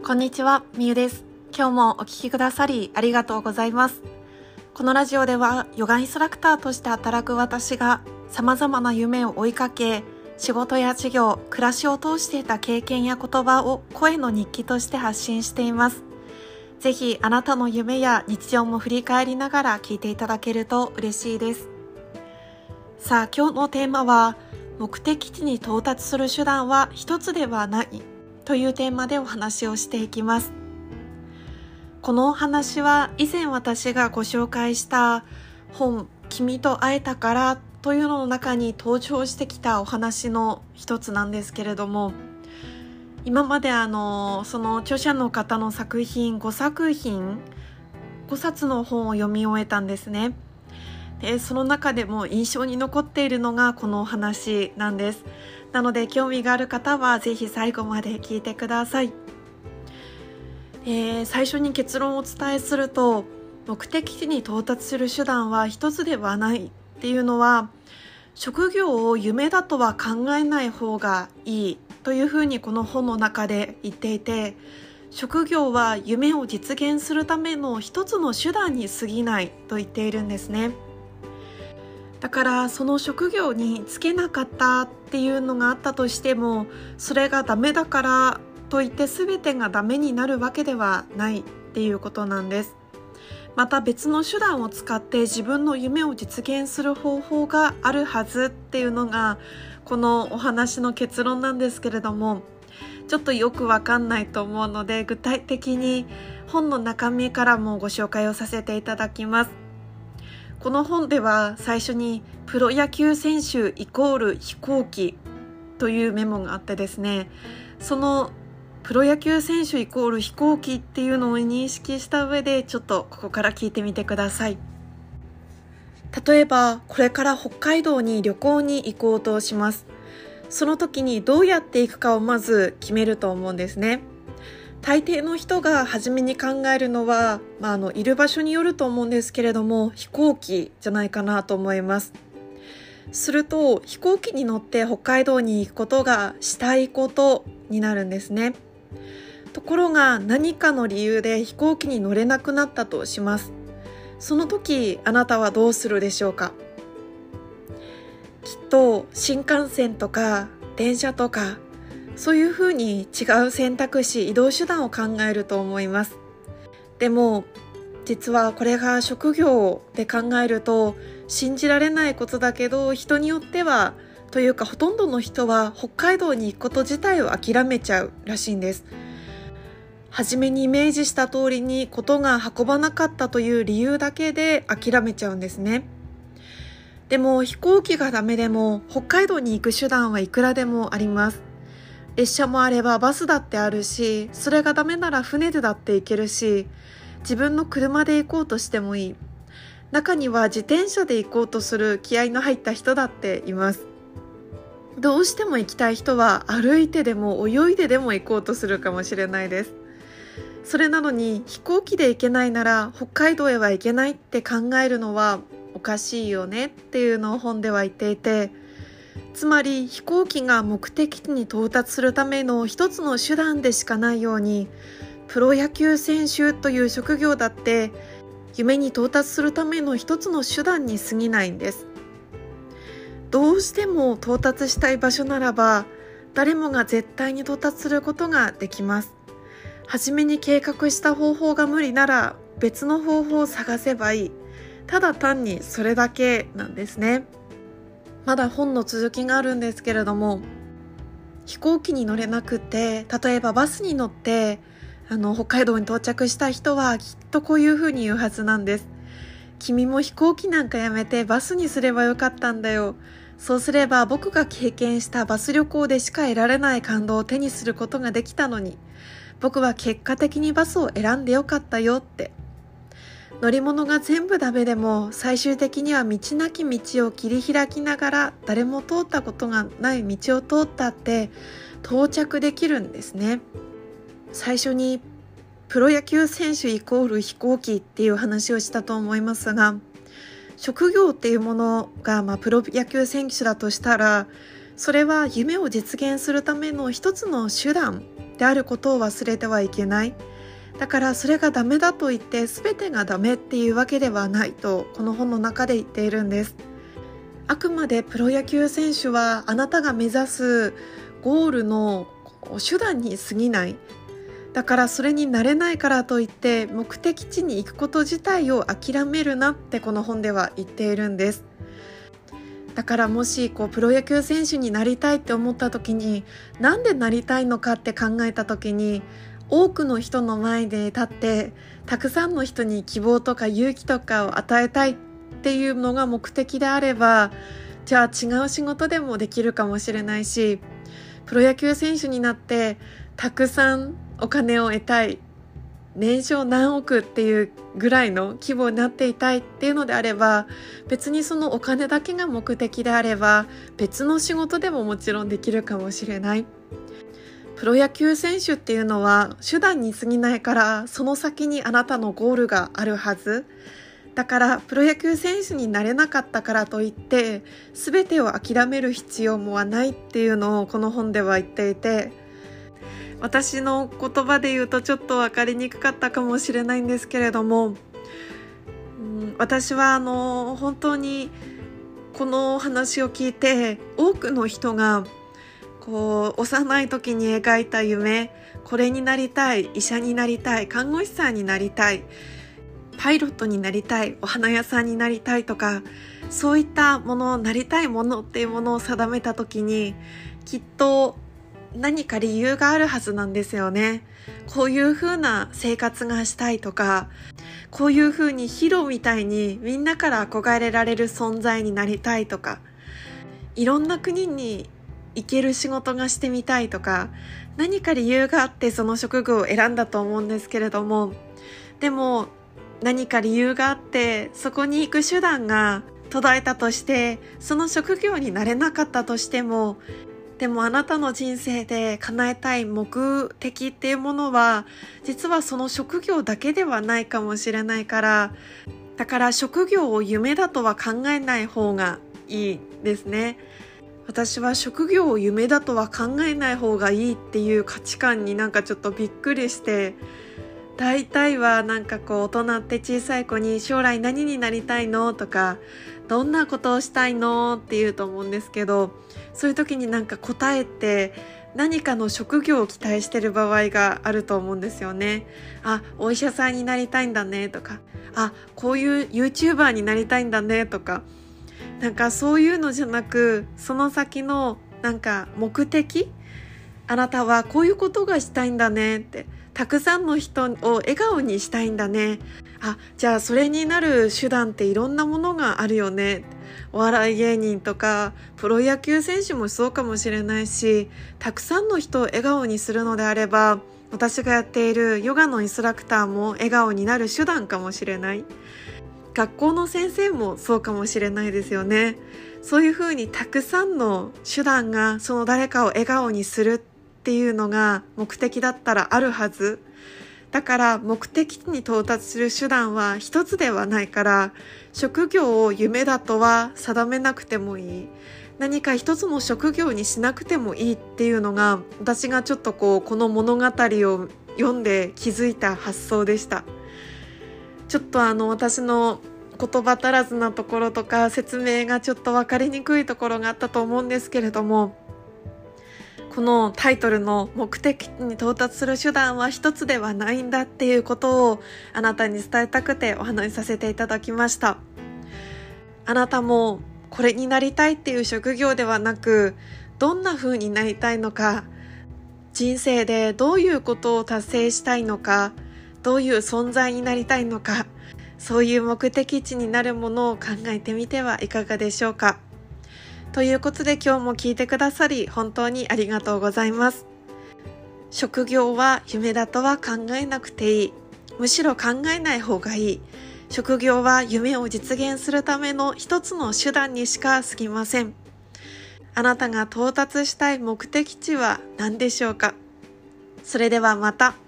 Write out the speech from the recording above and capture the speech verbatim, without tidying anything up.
こんにちは、みゆです。今日もお聞きくださりありがとうございます。このラジオではヨガインストラクターとして働く私が様々な夢を追いかけ、仕事や事業、暮らしを通していた経験や言葉を声の日記として発信しています。ぜひあなたの夢や日常も振り返りながら聞いていただけると嬉しいです。さあ、今日のテーマは目的地に到達する手段は一つではないというテーマでお話をしていきます。このお話は以前私がご紹介した本「君と会えたから」というのの中に登場してきたお話の一つなんですけれども、今まであのその著者の方の作品ごさくひんごさつの本を読み終えたんですね。でその中でも印象に残っているのがこのお話なんです。なので興味がある方はぜひ最後まで聞いてください。えー、最初に結論をお伝えすると、目的地に到達する手段は一つではないっていうのは、職業を夢だとは考えない方がいいというふうにこの本の中で言っていて、職業は夢を実現するための一つの手段に過ぎないと言っているんですね。だからその職業に就けなかったっていうのがあったとしても、それがダメだからといって全てがダメになるわけではないっていうことなんです。また別の手段を使って自分の夢を実現する方法があるはずっていうのがこのお話の結論なんですけれども、ちょっとよくわかんないと思うので具体的に本の中身からもご紹介をさせていただきます。この本では最初にプロ野球選手イコール飛行機というメモがあってですね、そのプロ野球選手イコール飛行機っていうのを認識した上でちょっとここから聞いてみてください。例えばこれから北海道に旅行に行こうとします。その時にどうやって行くかをまず決めると思うんですね。大抵の人が初めに考えるのは、まあ、あのいる場所によると思うんですけれども、飛行機じゃないかなと思います。すると飛行機に乗って北海道に行くことがしたいことになるんですね。ところが何かの理由で飛行機に乗れなくなったとします。その時あなたはどうするでしょうか。きっと新幹線とか電車とかそういうふうに違う選択肢、移動手段を考えると思います。でも実はこれが職業で考えると信じられないことだけど、人によってはというかほとんどの人は北海道に行くこと自体を諦めちゃうらしいんです。初めにイメージした通りにことが運ばなかったという理由だけで諦めちゃうんですね。でも飛行機がダメでも北海道に行く手段はいくらでもあります。列車もあればバスだってあるし、それがダメなら船でだって行けるし、自分の車で行こうとしてもいい。中には自転車で行こうとする気合の入った人だっています。どうしても行きたい人は歩いてでも泳いででも行こうとするかもしれないです。それなのに飛行機で行けないなら北海道へは行けないって考えるのはおかしいよねっていうのを本では言っていて、つまり飛行機が目的地に到達するための一つの手段でしかないように、プロ野球選手という職業だって夢に到達するための一つの手段に過ぎないんです。どうしても到達したい場所ならば誰もが絶対に到達することができます。初めに計画した方法が無理なら別の方法を探せばいい。ただ単にそれだけなんですね。まだ本の続きがあるんですけれども、飛行機に乗れなくて例えばバスに乗ってあの北海道に到着した人はきっとこういうふうに言うはずなんです。君も飛行機なんかやめてバスにすればよかったんだよ。そうすれば僕が経験したバス旅行でしか得られない感動を手にすることができたのに、僕は結果的にバスを選んでよかったよって。乗り物が全部ダメでも最終的には道なき道を切り開きながら誰も通ったことがない道を通ったって到着できるんですね。最初にプロ野球選手イコール飛行機っていう話をしたと思いますが、職業っていうものが、まあ、プロ野球選手だとしたら、それは夢を実現するための一つの手段であることを忘れてはいけない。だからそれがダメだと言って全てがダメっていうわけではないとこの本の中で言っているんです。あくまでプロ野球選手はあなたが目指すゴールの手段に過ぎない。だからそれになれないからといって目的地に行くこと自体を諦めるなってこの本では言っているんです。だからもしこうプロ野球選手になりたいって思った時になんでなりたいのかって考えた時に多くの人の前で立ってたくさんの人に希望とか勇気とかを与えたいっていうのが目的であれば、じゃあ違う仕事でもできるかもしれないし、プロ野球選手になってたくさんお金を得たい、年商何億っていうぐらいの規模になっていたいっていうのであれば、別にそのお金だけが目的であれば別の仕事でももちろんできるかもしれない。プロ野球選手っていうのは手段に過ぎないから、その先にあなたのゴールがあるはずだから、プロ野球選手になれなかったからといって全てを諦める必要もはないっていうのをこの本では言っていて、私の言葉で言うとちょっと分かりにくかったかもしれないんですけれども、うん、私はあの本当にこの話を聞いて多くの人がこう幼い時に描いた夢、これになりたい、医者になりたい、看護師さんになりたい、パイロットになりたい、お花屋さんになりたいとか、そういったもの、なりたいものっていうものを定めた時にきっと何か理由があるはずなんですよね。こういう風な生活がしたいとか、こういう風にヒーローみたいにみんなから憧れられる存在になりたいとか、いろんな国に行ける仕事がしてみたいとか、何か理由があってその職業を選んだと思うんですけれども、でも何か理由があってそこに行く手段が途絶えたとして、その職業になれなかったとしても、でもあなたの人生で叶えたい目的っていうものは実はその職業だけではないかもしれないから、だから職業を夢だとは考えない方がいいですね。私は職業を夢だとは考えない方がいいっていう価値観になんかちょっとびっくりして、大体はなんかこう大人って小さい子に将来何になりたいのとか、どんなことをしたいのって言うと思うんですけど、そういう時になんか答えって何かの職業を期待してる場合があると思うんですよね。あ、お医者さんになりたいんだねとか、あ、こういう YouTuber になりたいんだねとか、なんかそういうのじゃなく、その先のなんか目的、あなたはこういうことがしたいんだねって、たくさんの人を笑顔にしたいんだね。あ、じゃあそれになる手段っていろんなものがあるよね。お笑い芸人とかプロ野球選手もそうかもしれないし、たくさんの人を笑顔にするのであれば、私がやっているヨガのインストラクターも笑顔になる手段かもしれない。学校の先生もそうかもしれないですよね。そういうふうにたくさんの手段がその誰かを笑顔にするっていうのが目的だったらあるはず。だから目的地に到達する手段は一つではないから、職業を夢だとは定めなくてもいい。何か一つの職業にしなくてもいいっていうのが、私がちょっとこうこの物語を読んで気づいた発想でした。ちょっとあの私の言葉足らずなところとか説明がちょっと分かりにくいところがあったと思うんですけれども、このタイトルの目的に到達する手段は一つではないんだっていうことをあなたに伝えたくてお話しさせていただきました。あなたもこれになりたいっていう職業ではなく、どんな風になりたいのか、人生でどういうことを達成したいのか、どういう存在になりたいのか、そういう目的地になるものを考えてみてはいかがでしょうか。ということで今日も聞いてくださり本当にありがとうございます。職業は夢だとは考えなくていい。むしろ考えない方がいい。職業は夢を実現するための一つの手段にしか過ぎません。あなたが到達したい目的地は何でしょうか。それではまた。